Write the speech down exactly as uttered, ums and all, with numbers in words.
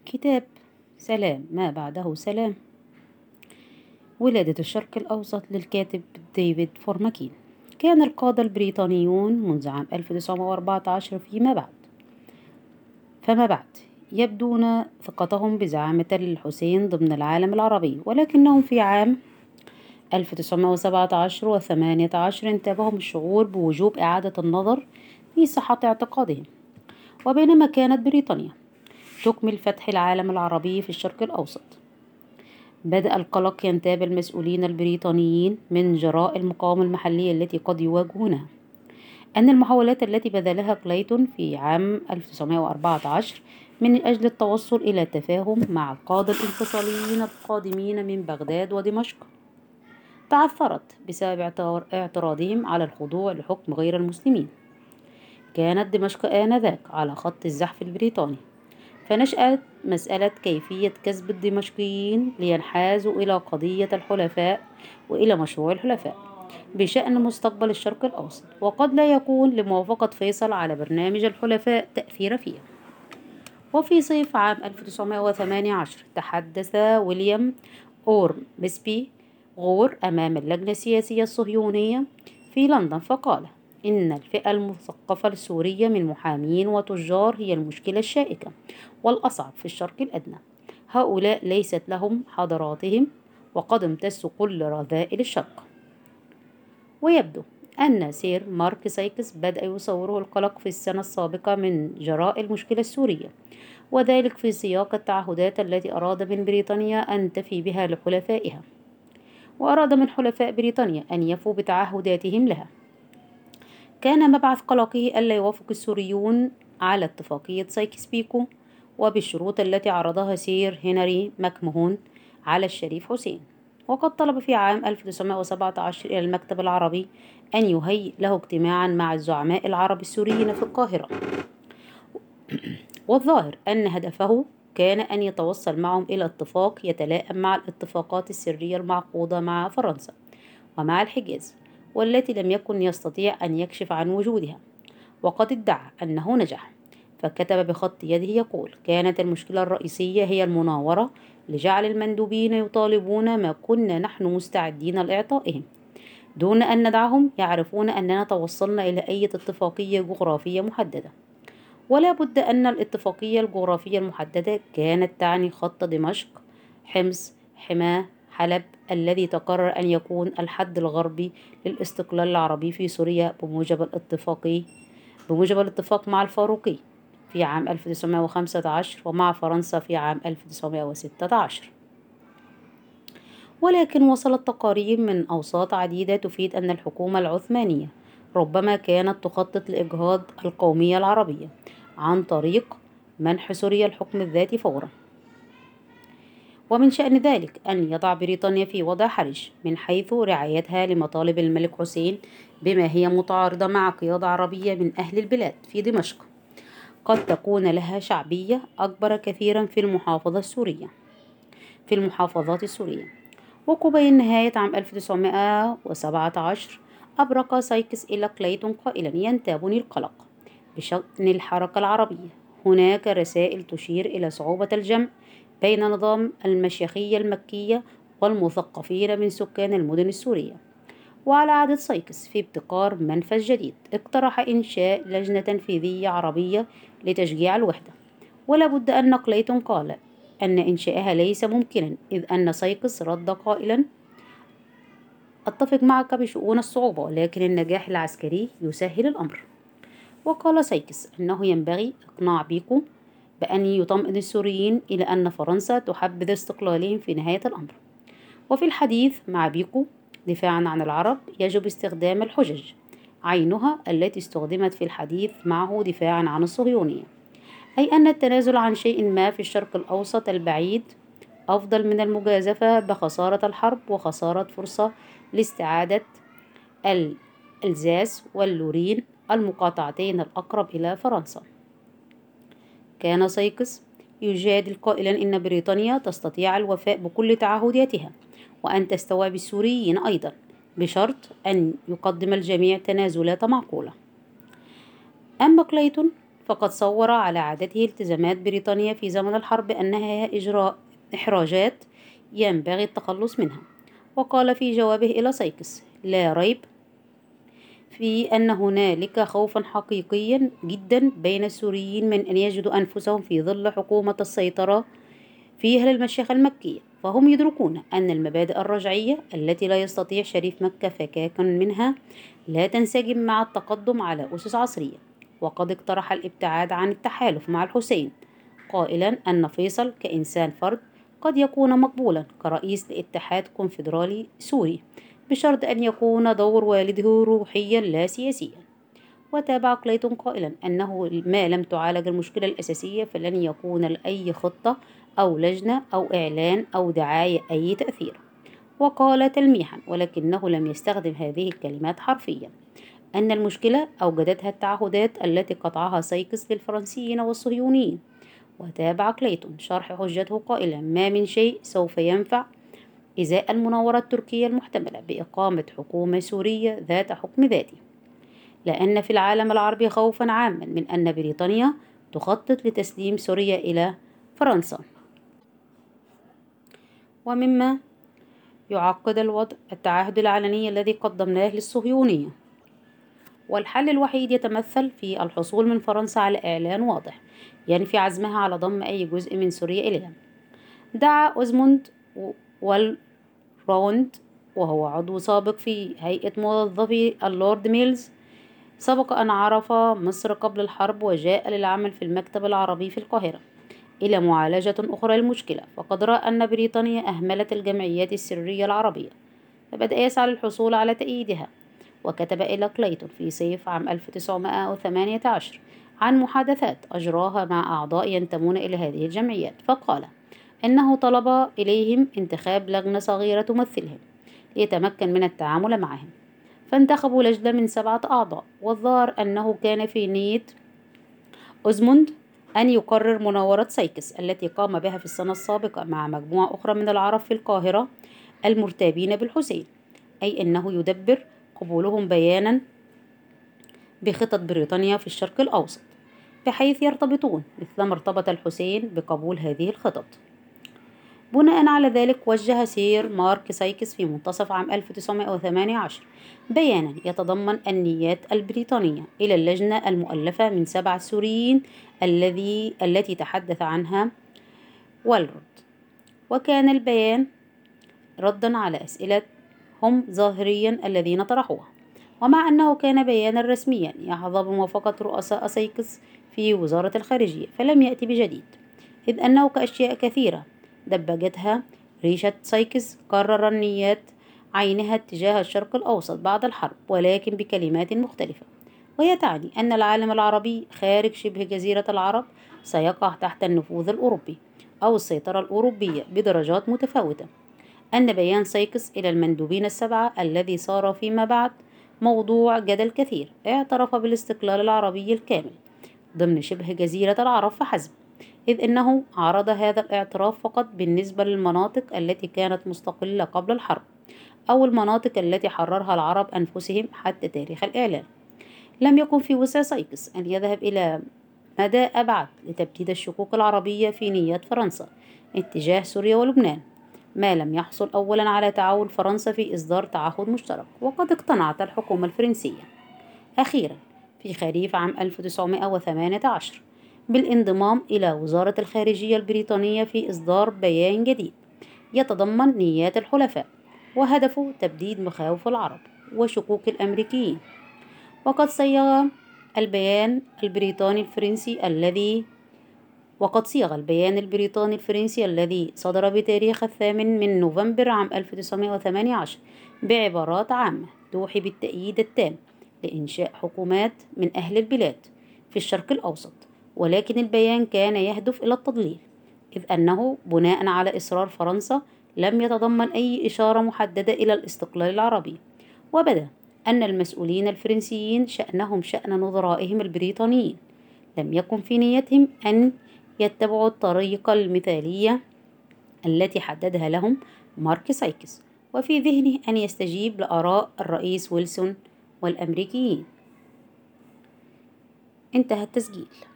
كتاب سلام ما بعده سلام. ولادة الشرق الأوسط للكاتب ديفيد فورماكين. كان القادة البريطانيون منذ عام ألف وتسعمائة وأربعة عشر فيما بعد فما بعد يبدون ثقتهم بزعامة الحسين ضمن العالم العربي، ولكنهم في عام ألف وتسعمائة وسبعة عشر وثمانية عشر انتابهم الشعور بوجوب إعادة النظر في صحة اعتقادهم. وبينما كانت بريطانيا تكمل فتح العالم العربي في الشرق الأوسط، بدأ القلق ينتاب المسؤولين البريطانيين من جراء المقاومة المحلية التي قد يواجهونها. أن المحاولات التي بذلها كليتون في عام ألف وتسعمائة وأربعة عشر من أجل التوصل إلى تفاهم مع القادة الانفصاليين القادمين من بغداد ودمشق تعثرت بسبب اعتراضهم على الخضوع لحكم غير المسلمين. كانت دمشق آنذاك على خط الزحف البريطاني، فنشأت مسألة كيفية كسب الدمشقيين لينحازوا إلى قضية الحلفاء وإلى مشروع الحلفاء بشأن مستقبل الشرق الأوسط، وقد لا يكون لموافقة فيصل على برنامج الحلفاء تأثير فيه. وفي صيف عام ألف وتسعمائة وثمانية عشر تحدث ويليام أورمسبي غور أمام اللجنة السياسية الصهيونية في لندن، فقال إن الفئة المثقفة السورية من محامين وتجار هي المشكلة الشائكة والأصعب في الشرق الأدنى. هؤلاء ليست لهم حضاراتهم وقد امتسوا كل رذائل الشرق. ويبدو أن سير مارك سايكس بدأ يصوره القلق في السنة السابقة من جراء المشكلة السورية، وذلك في سياق التعهدات التي أراد من بريطانيا أن تفي بها لحلفائها، وأراد من حلفاء بريطانيا أن يفوا بتعهداتهم لها. كان مبعث قلقه ألا يوافق السوريون على اتفاقية سايكس بيكو وبالشروط التي عرضها سير هنري ماكمهون على الشريف حسين، وقد طلب في عام ألف وتسعمائة وسبعة عشر إلى المكتب العربي أن يهيئ له اجتماعا مع الزعماء العرب السوريين في القاهرة. والظاهر أن هدفه كان أن يتوصل معهم إلى اتفاق يتلائم مع الاتفاقات السرية المعقودة مع فرنسا ومع الحجاز، والتي لم يكن يستطيع أن يكشف عن وجودها، وقد ادعى أنه نجح. فكتب بخط يده يقول: كانت المشكلة الرئيسية هي المناورة لجعل المندوبين يطالبون ما كنا نحن مستعدين لإعطائهم دون أن ندعهم يعرفون أننا توصلنا إلى أي اتفاقية جغرافية محددة. ولا بد أن الاتفاقية الجغرافية المحددة كانت تعني خط دمشق، حمص، حماة، حلب، الذي تقرر أن يكون الحد الغربي للاستقلال العربي في سوريا بموجب الاتفاقي بموجب الاتفاق مع الفاروقي في عام ألف وتسعمائة وخمسة عشر ومع فرنسا في عام ألف وتسعمائة وستة عشر. ولكن وصلت تقارير من أوساط عديدة تفيد أن الحكومة العثمانية ربما كانت تخطط لإجهاض القومية العربية عن طريق منح سوريا الحكم الذاتي فورا. ومن شأن ذلك أن يضع بريطانيا في وضع حرج من حيث رعايتها لمطالب الملك حسين بما هي متعارضة مع قيادة عربية من أهل البلاد في دمشق قد تكون لها شعبية أكبر كثيرا في المحافظة السورية في المحافظات السورية. وقبيل نهاية عام ألف وتسعمائة وسبعة عشر أبرق سايكس إلى كليتون قائلا: ينتابني القلق بشأن الحركة العربية. هناك رسائل تشير إلى صعوبة الجمع بين نظام المشيخية المكية والمثقفين من سكان المدن السورية. وعلى عادة سايكس في ابتكار منفذ جديد، اقترح إنشاء لجنة تنفيذية عربية لتشجيع الوحدة. ولا بد أن كليتون قال أن إنشائها ليس ممكنا، إذ أن سايكس رد قائلا: أتفق معك بشؤون الصعوبة، ولكن النجاح العسكري يسهل الأمر. وقال سايكس أنه ينبغي إقناع بيكو بأن يطمئن السوريين إلى أن فرنسا تحبذ استقلالهم في نهاية الأمر. وفي الحديث مع بيكو دفاعا عن العرب يجب استخدام الحجج، عينها التي استخدمت في الحديث معه دفاعا عن الصهيونية، أي أن التنازل عن شيء ما في الشرق الأوسط البعيد أفضل من المجازفة بخسارة الحرب وخسارة فرصة لاستعادة الألزاس واللورين المقاطعتين الأقرب إلى فرنسا. كان سايكس يجادل قائلا إن بريطانيا تستطيع الوفاء بكل تعهداتها وأن تستوعب السوريين أيضا، بشرط أن يقدم الجميع تنازلات معقولة. أما كليتون فقد صور على عادته التزامات بريطانيا في زمن الحرب أنها هي إجراء إحراجات ينبغي التخلص منها. وقال في جوابه إلى سايكس: لا ريب في أن هنالك خوفا حقيقيا جدا بين السوريين من أن يجدوا أنفسهم في ظل حكومة السيطرة فيها للمشيخة المكية، فهم يدركون أن المبادئ الرجعية التي لا يستطيع شريف مكة فكاكا منها لا تنسجم مع التقدم على أسس عصرية. وقد اقترح الابتعاد عن التحالف مع الحسين، قائلا أن فيصل كإنسان فرد قد يكون مقبولا كرئيس لاتحاد كونفدرالي سوري، بشرط أن يكون دور والده روحيا لا سياسيا. وتابع كليتون قائلا أنه ما لم تعالج المشكلة الأساسية فلن يكون لأي خطة أو لجنة أو إعلان أو دعاية أي تأثير. وقال تلميحا، ولكنه لم يستخدم هذه الكلمات حرفيا، أن المشكلة أوجدتها التعهدات التي قطعها سايكس للفرنسيين والصهيونيين. وتابع كليتون شرح حجته قائلا: ما من شيء سوف ينفع إزاء المناورة التركية المحتملة بإقامة حكومة سورية ذات حكم ذاتي، لأن في العالم العربي خوفا عاما من أن بريطانيا تخطط لتسليم سوريا إلى فرنسا. ومما يعقد الوضع التعهد العلني الذي قدمناه للصهيونية، والحل الوحيد يتمثل في الحصول من فرنسا على إعلان واضح ينفي عزمها على ضم أي جزء من سوريا إليها. دعا أوزموند والراوند، وهو عضو سابق في هيئة موظفي اللورد ميلز، سبق أن عرف مصر قبل الحرب وجاء للعمل في المكتب العربي في القاهرة، إلى معالجة أخرى للمشكلة، فقد رأى أن بريطانيا أهملت الجمعيات السرية العربية، فبدأ يسعى للحصول على تأييدها. وكتب إلى كليتون في صيف عام ألف وتسعمائة وثمانية عشر عن محادثات أجراها مع أعضاء ينتمون إلى هذه الجمعيات، فقال إنه طلب إليهم انتخاب لجنة صغيرة تمثلهم ليتمكن من التعامل معهم، فانتخبوا لجنة من سبعة أعضاء. والظاهر أنه كان في نية أوزموند أن يقرر مناورة سايكس التي قام بها في السنة السابقة مع مجموعة أخرى من العرب في القاهرة المرتابين بالحسين، أي أنه يدبر قبولهم بيانا بخطط بريطانيا في الشرق الأوسط بحيث يرتبطون مثلما ارتبط الحسين بقبول هذه الخطط. بناء على ذلك وجه سير مارك سايكس في منتصف عام ألف وتسعمائة وثمانية عشر بيانا يتضمن النيات البريطانية إلى اللجنة المؤلفة من سبع سوريين الذي التي تحدث عنها والرد. وكان البيان ردا على أسئلة هم ظاهريا الذين طرحوها، ومع أنه كان بيانا رسميا يحظى بموافقة رؤساء سايكس في وزارة الخارجية، فلم يأتي بجديد، إذ أنه كأشياء كثيرة دبجتها ريشة سايكس قرر النيات عينها اتجاه الشرق الأوسط بعد الحرب، ولكن بكلمات مختلفة، وهي تعني أن العالم العربي خارج شبه جزيرة العرب سيقع تحت النفوذ الأوروبي أو السيطرة الأوروبية بدرجات متفاوتة. أن بيان سايكس إلى المندوبين السبعة الذي صار فيما بعد موضوع جدل كثير اعترف بالاستقلال العربي الكامل ضمن شبه جزيرة العرب فحسب، إذ أنه عرض هذا الاعتراف فقط بالنسبة للمناطق التي كانت مستقلة قبل الحرب أو المناطق التي حررها العرب أنفسهم حتى تاريخ الإعلان. لم يكن في وسع سايكس أن يذهب إلى مدى أبعد لتبديد الشكوك العربية في نيات فرنسا اتجاه سوريا ولبنان، ما لم يحصل أولا على تعاون فرنسا في إصدار تعهد مشترك. وقد اقتنعت الحكومة الفرنسية أخيرا في خريف عام ألف وتسعمائة وثمانية عشر بالانضمام إلى وزارة الخارجية البريطانية في إصدار بيان جديد يتضمن نيات الحلفاء وهدفه تبديد مخاوف العرب وشكوك الأمريكيين. وقد صيغ البيان البريطاني الفرنسي الذي وقد صيغ البيان البريطاني الفرنسي الذي صدر بتاريخ الثامن من نوفمبر عام ألف وتسعمائة وثمانية عشر بعبارات عامة توحي بالتأييد التام لإنشاء حكومات من أهل البلاد في الشرق الأوسط، ولكن البيان كان يهدف إلى التضليل، إذ أنه بناء على إصرار فرنسا لم يتضمن أي إشارة محددة إلى الاستقلال العربي. وبدا أن المسؤولين الفرنسيين شأنهم شأن نظرائهم البريطانيين، لم يكن في نيتهم أن يتبعوا الطريقة المثالية التي حددها لهم مارك سايكس، وفي ذهنه أن يستجيب لآراء الرئيس ويلسون والأمريكيين. انتهى التسجيل.